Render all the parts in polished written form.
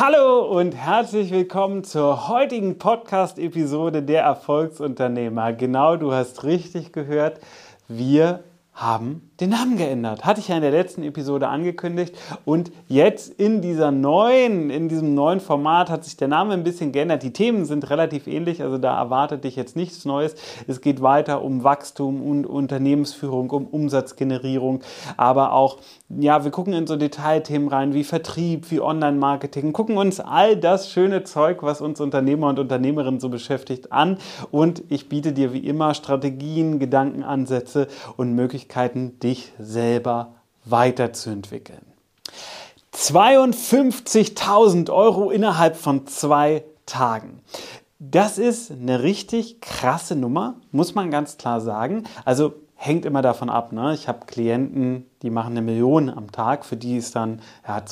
Hallo und herzlich willkommen zur heutigen Podcast-Episode der Erfolgsunternehmer. Genau, du hast richtig gehört, wir haben den Namen geändert. Hatte ich ja in der letzten Episode angekündigt und jetzt in diesem neuen Format hat sich der Name ein bisschen geändert. Die Themen sind relativ ähnlich, also da erwartet dich jetzt nichts Neues. Es geht weiter um Wachstum und Unternehmensführung, um Umsatzgenerierung, aber auch, ja, wir gucken in so Detailthemen rein wie Vertrieb, wie Online-Marketing, gucken uns all das schöne Zeug, was uns Unternehmer und Unternehmerinnen so beschäftigt, an und ich biete dir wie immer Strategien, Gedankenansätze und Möglichkeiten, dich selber weiterzuentwickeln. 52.000 € innerhalb von 2 Tagen. Das ist eine richtig krasse Nummer, muss man ganz klar sagen. Also hängt immer davon ab, ne? Ich habe Klienten, die machen 1 Million am Tag, für die ist dann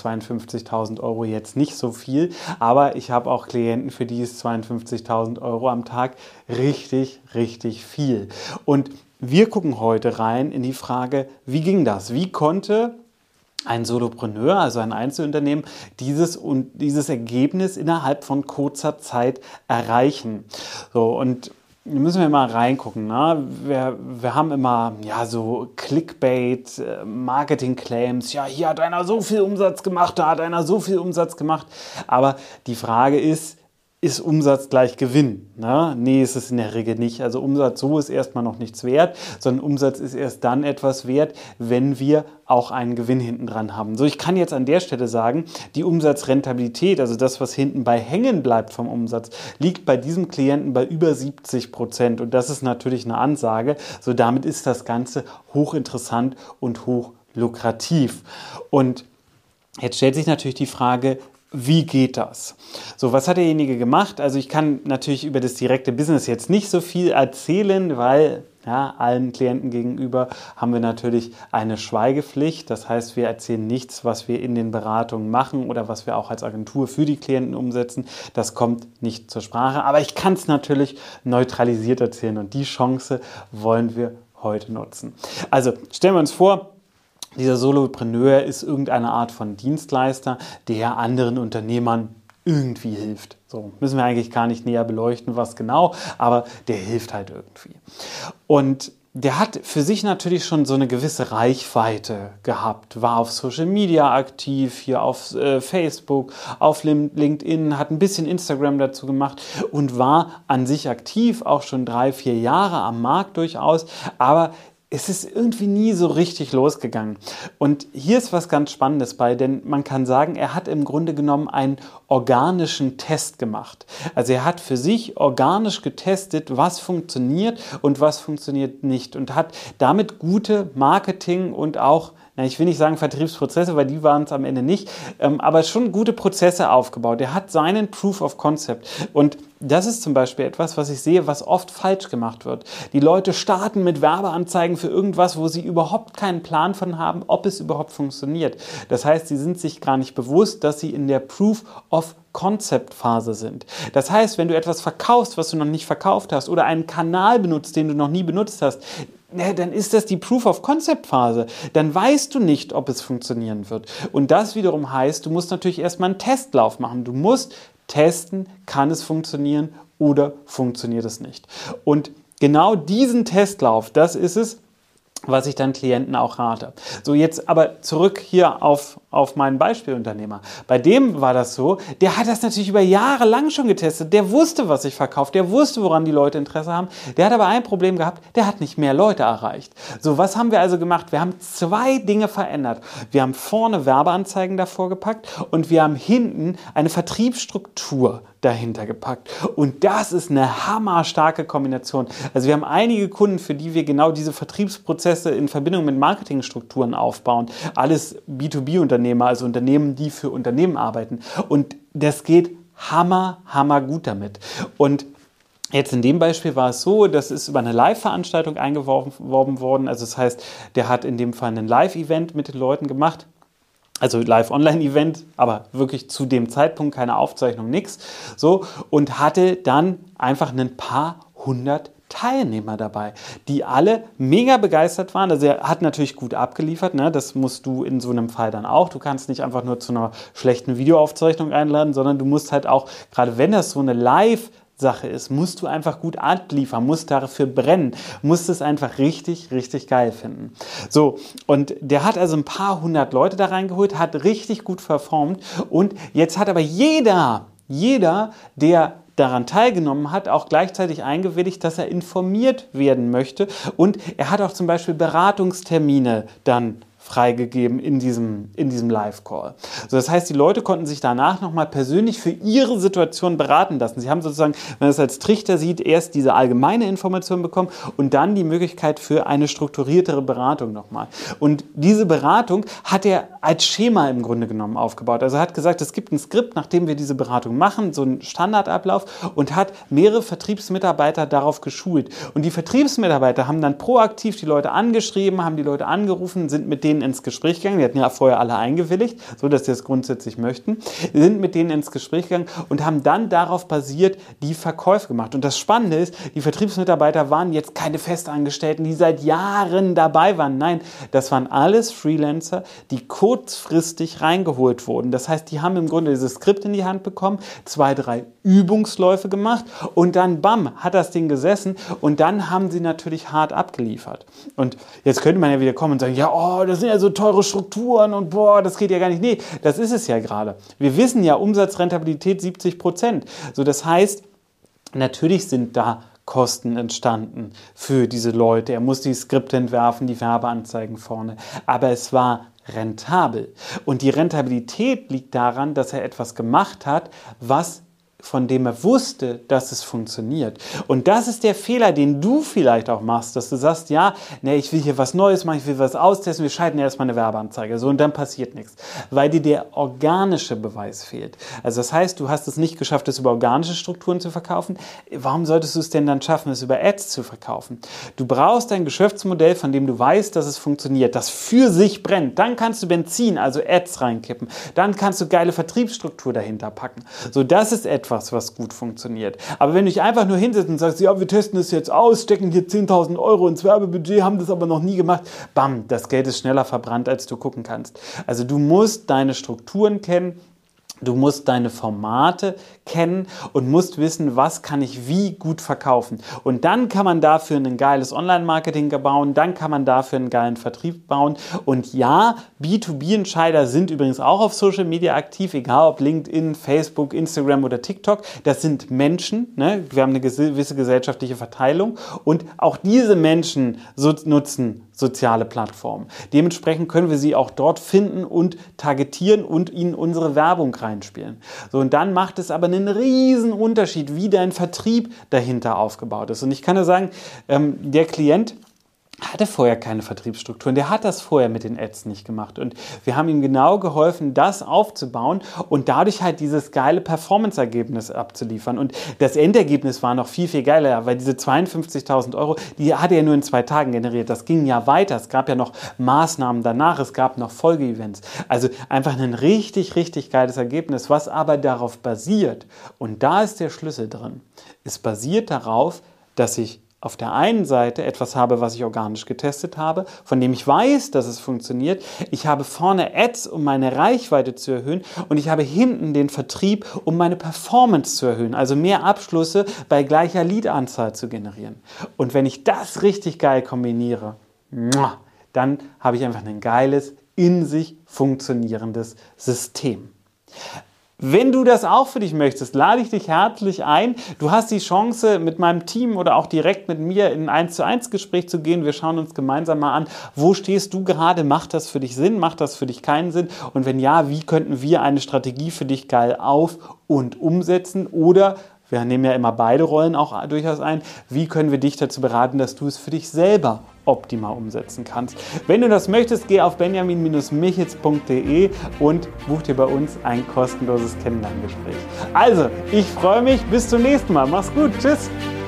52.000 € jetzt nicht so viel, aber ich habe auch Klienten, für die ist 52.000 € am Tag richtig, richtig viel. Und wir gucken heute rein in die Frage, wie ging das? Wie konnte ein Solopreneur, also ein Einzelunternehmen, dieses Ergebnis innerhalb von kurzer Zeit erreichen? So, und müssen wir mal reingucken. Ne? Wir haben immer so Clickbait, Marketing-Claims. Ja, hier hat einer so viel Umsatz gemacht, da hat einer so viel Umsatz gemacht. Aber die Frage ist Umsatz gleich Gewinn? Ne? Nee, ist es in der Regel nicht. Also Umsatz so ist erstmal noch nichts wert, sondern Umsatz ist erst dann etwas wert, wenn wir auch einen Gewinn hinten dran haben. So, ich kann jetzt an der Stelle sagen, die Umsatzrentabilität, also das, was hinten bei hängen bleibt vom Umsatz, liegt bei diesem Klienten bei über 70%. Und das ist natürlich eine Ansage. So, damit ist das Ganze hochinteressant und hochlukrativ. Und jetzt stellt sich natürlich die Frage, wie geht das? So, was hat derjenige gemacht? Also ich kann natürlich über das direkte Business jetzt nicht so viel erzählen, weil allen Klienten gegenüber haben wir natürlich eine Schweigepflicht. Das heißt, wir erzählen nichts, was wir in den Beratungen machen oder was wir auch als Agentur für die Klienten umsetzen. Das kommt nicht zur Sprache. Aber ich kann es natürlich neutralisiert erzählen und die Chance wollen wir heute nutzen. Also stellen wir uns vor, dieser Solopreneur ist irgendeine Art von Dienstleister, der anderen Unternehmern irgendwie hilft. So, müssen wir eigentlich gar nicht näher beleuchten, was genau, aber der hilft halt irgendwie. Und der hat für sich natürlich schon so eine gewisse Reichweite gehabt, war auf Social Media aktiv, hier auf Facebook, auf LinkedIn, hat ein bisschen Instagram dazu gemacht und war an sich aktiv, auch schon 3-4 Jahre am Markt durchaus, aber es ist irgendwie nie so richtig losgegangen. Und hier ist was ganz Spannendes bei, denn man kann sagen, er hat im Grunde genommen einen organischen Test gemacht. Also er hat für sich organisch getestet, was funktioniert und was funktioniert nicht und hat damit gute Marketing und auch, ich will nicht sagen Vertriebsprozesse, weil die waren es am Ende nicht, aber schon gute Prozesse aufgebaut. Er hat seinen Proof of Concept und das ist zum Beispiel etwas, was ich sehe, was oft falsch gemacht wird. Die Leute starten mit Werbeanzeigen für irgendwas, wo sie überhaupt keinen Plan von haben, ob es überhaupt funktioniert. Das heißt, sie sind sich gar nicht bewusst, dass sie in der Proof of Concept-Phase sind. Das heißt, wenn du etwas verkaufst, was du noch nicht verkauft hast oder einen Kanal benutzt, den du noch nie benutzt hast, dann ist das die Proof-of-Concept-Phase. Dann weißt du nicht, ob es funktionieren wird. Und das wiederum heißt, du musst natürlich erstmal einen Testlauf machen. Du musst testen, kann es funktionieren oder funktioniert es nicht. Und genau diesen Testlauf, das ist es, was ich dann Klienten auch rate. So, jetzt aber zurück hier auf meinen Beispielunternehmer. Bei dem war das so, der hat das natürlich über Jahre lang schon getestet. Der wusste, was sich verkauft. Der wusste, woran die Leute Interesse haben. Der hat aber ein Problem gehabt, der hat nicht mehr Leute erreicht. So, was haben wir also gemacht? Wir haben 2 Dinge verändert. Wir haben vorne Werbeanzeigen davor gepackt und wir haben hinten eine Vertriebsstruktur dahinter gepackt. Und das ist eine hammerstarke Kombination. Also wir haben einige Kunden, für die wir genau diese Vertriebsprozesse in Verbindung mit Marketingstrukturen aufbauen. Alles B2B-Unternehmer, also Unternehmen, die für Unternehmen arbeiten. Und das geht hammer gut damit. Und jetzt in dem Beispiel war es so, das ist über eine Live-Veranstaltung eingeworben worden. Also das heißt, der hat in dem Fall ein Live-Event mit den Leuten gemacht. Also Live-Online-Event, aber wirklich zu dem Zeitpunkt keine Aufzeichnung, nichts. So, und hatte dann einfach ein paar 100 Teilnehmer dabei, die alle mega begeistert waren. Also er hat natürlich gut abgeliefert, ne? Das musst du in so einem Fall dann auch. Du kannst nicht einfach nur zu einer schlechten Videoaufzeichnung einladen, sondern du musst halt auch, gerade wenn das so eine Live-Sache ist, musst du einfach gut abliefern, musst dafür brennen, musst es einfach richtig, richtig geil finden. So, und der hat also ein paar hundert Leute da reingeholt, hat richtig gut performt und jetzt hat aber jeder, der daran teilgenommen hat, auch gleichzeitig eingewilligt, dass er informiert werden möchte. Und er hat auch zum Beispiel Beratungstermine dann freigegeben in diesem Live-Call. So, das heißt, die Leute konnten sich danach nochmal persönlich für ihre Situation beraten lassen. Sie haben sozusagen, wenn man es als Trichter sieht, erst diese allgemeine Information bekommen und dann die Möglichkeit für eine strukturiertere Beratung nochmal. Und diese Beratung hat er als Schema im Grunde genommen aufgebaut. Also er hat gesagt, es gibt ein Skript, nachdem wir diese Beratung machen, so einen Standardablauf und hat mehrere Vertriebsmitarbeiter darauf geschult. Und die Vertriebsmitarbeiter haben dann proaktiv die Leute angeschrieben, haben die Leute angerufen, sind mit denen ins Gespräch gegangen. Die hatten ja vorher alle eingewilligt, so dass sie es grundsätzlich möchten. Sind mit denen ins Gespräch gegangen und haben dann darauf basiert die Verkäufe gemacht. Und das Spannende ist, die Vertriebsmitarbeiter waren jetzt keine Festangestellten, die seit Jahren dabei waren. Nein, das waren alles Freelancer, die kurzfristig reingeholt wurden. Das heißt, die haben im Grunde dieses Skript in die Hand bekommen, 2, 3 Übungsläufe gemacht und dann bam, hat das Ding gesessen und dann haben sie natürlich hart abgeliefert. Und jetzt könnte man ja wieder kommen und sagen, ja, oh, das sind ja so teure Strukturen und boah, das geht ja gar nicht. Nee, das ist es ja gerade. Wir wissen ja, Umsatzrentabilität 70%. So, das heißt, natürlich sind da Kosten entstanden für diese Leute. Er muss die Skripte entwerfen, die Werbeanzeigen vorne. Aber es war rentabel. Und die Rentabilität liegt daran, dass er etwas gemacht hat, von dem er wusste, dass es funktioniert. Und das ist der Fehler, den du vielleicht auch machst, dass du sagst, ja, nee, ich will hier was Neues machen, ich will was austesten, wir schalten erstmal eine Werbeanzeige. So, und dann passiert nichts, weil dir der organische Beweis fehlt. Also das heißt, du hast es nicht geschafft, es über organische Strukturen zu verkaufen. Warum solltest du es denn dann schaffen, es über Ads zu verkaufen? Du brauchst ein Geschäftsmodell, von dem du weißt, dass es funktioniert, das für sich brennt. Dann kannst du Benzin, also Ads reinkippen. Dann kannst du geile Vertriebsstruktur dahinter packen. So, das ist etwas, was gut funktioniert. Aber wenn du dich einfach nur hinsetzt und sagst, ja, wir testen das jetzt aus, stecken hier 10.000 Euro ins Werbebudget, haben das aber noch nie gemacht, bam, das Geld ist schneller verbrannt, als du gucken kannst. Also du musst deine Strukturen kennen, du musst deine Formate kennen und musst wissen, was kann ich wie gut verkaufen. Und dann kann man dafür ein geiles Online-Marketing bauen, dann kann man dafür einen geilen Vertrieb bauen. Und ja, B2B-Entscheider sind übrigens auch auf Social Media aktiv, egal ob LinkedIn, Facebook, Instagram oder TikTok. Das sind Menschen, ne? Wir haben eine gewisse gesellschaftliche Verteilung und auch diese Menschen nutzen soziale Plattformen. Dementsprechend können wir sie auch dort finden und targetieren und ihnen unsere Werbung reinspielen. So, und dann macht es aber einen riesen Unterschied, wie dein Vertrieb dahinter aufgebaut ist. Und ich kann nur sagen, der Klient hatte vorher keine Vertriebsstrukturen, der hat das vorher mit den Ads nicht gemacht und wir haben ihm genau geholfen, das aufzubauen und dadurch halt dieses geile Performance-Ergebnis abzuliefern und das Endergebnis war noch viel, viel geiler, weil diese 52.000 Euro, die hat er nur in 2 Tagen generiert, das ging ja weiter, es gab ja noch Maßnahmen danach, es gab noch Folgeevents, also einfach ein richtig, richtig geiles Ergebnis, was aber darauf basiert und da ist der Schlüssel drin, es basiert darauf, dass ich auf der einen Seite etwas habe, was ich organisch getestet habe, von dem ich weiß, dass es funktioniert. Ich habe vorne Ads, um meine Reichweite zu erhöhen und ich habe hinten den Vertrieb, um meine Performance zu erhöhen, also mehr Abschlüsse bei gleicher Leadanzahl zu generieren. Und wenn ich das richtig geil kombiniere, dann habe ich einfach ein geiles, in sich funktionierendes System. Wenn du das auch für dich möchtest, lade ich dich herzlich ein. Du hast die Chance, mit meinem Team oder auch direkt mit mir in ein 1:1 Gespräch zu gehen. Wir schauen uns gemeinsam mal an, wo stehst du gerade? Macht das für dich Sinn? Macht das für dich keinen Sinn? Und wenn ja, wie könnten wir eine Strategie für dich geil auf- und umsetzen? Oder wir nehmen ja immer beide Rollen auch durchaus ein. Wie können wir dich dazu beraten, dass du es für dich selber optimal umsetzen kannst? Wenn du das möchtest, geh auf benjamin-michels.de und buch dir bei uns ein kostenloses Kennenlerngespräch. Also, ich freue mich. Bis zum nächsten Mal. Mach's gut. Tschüss.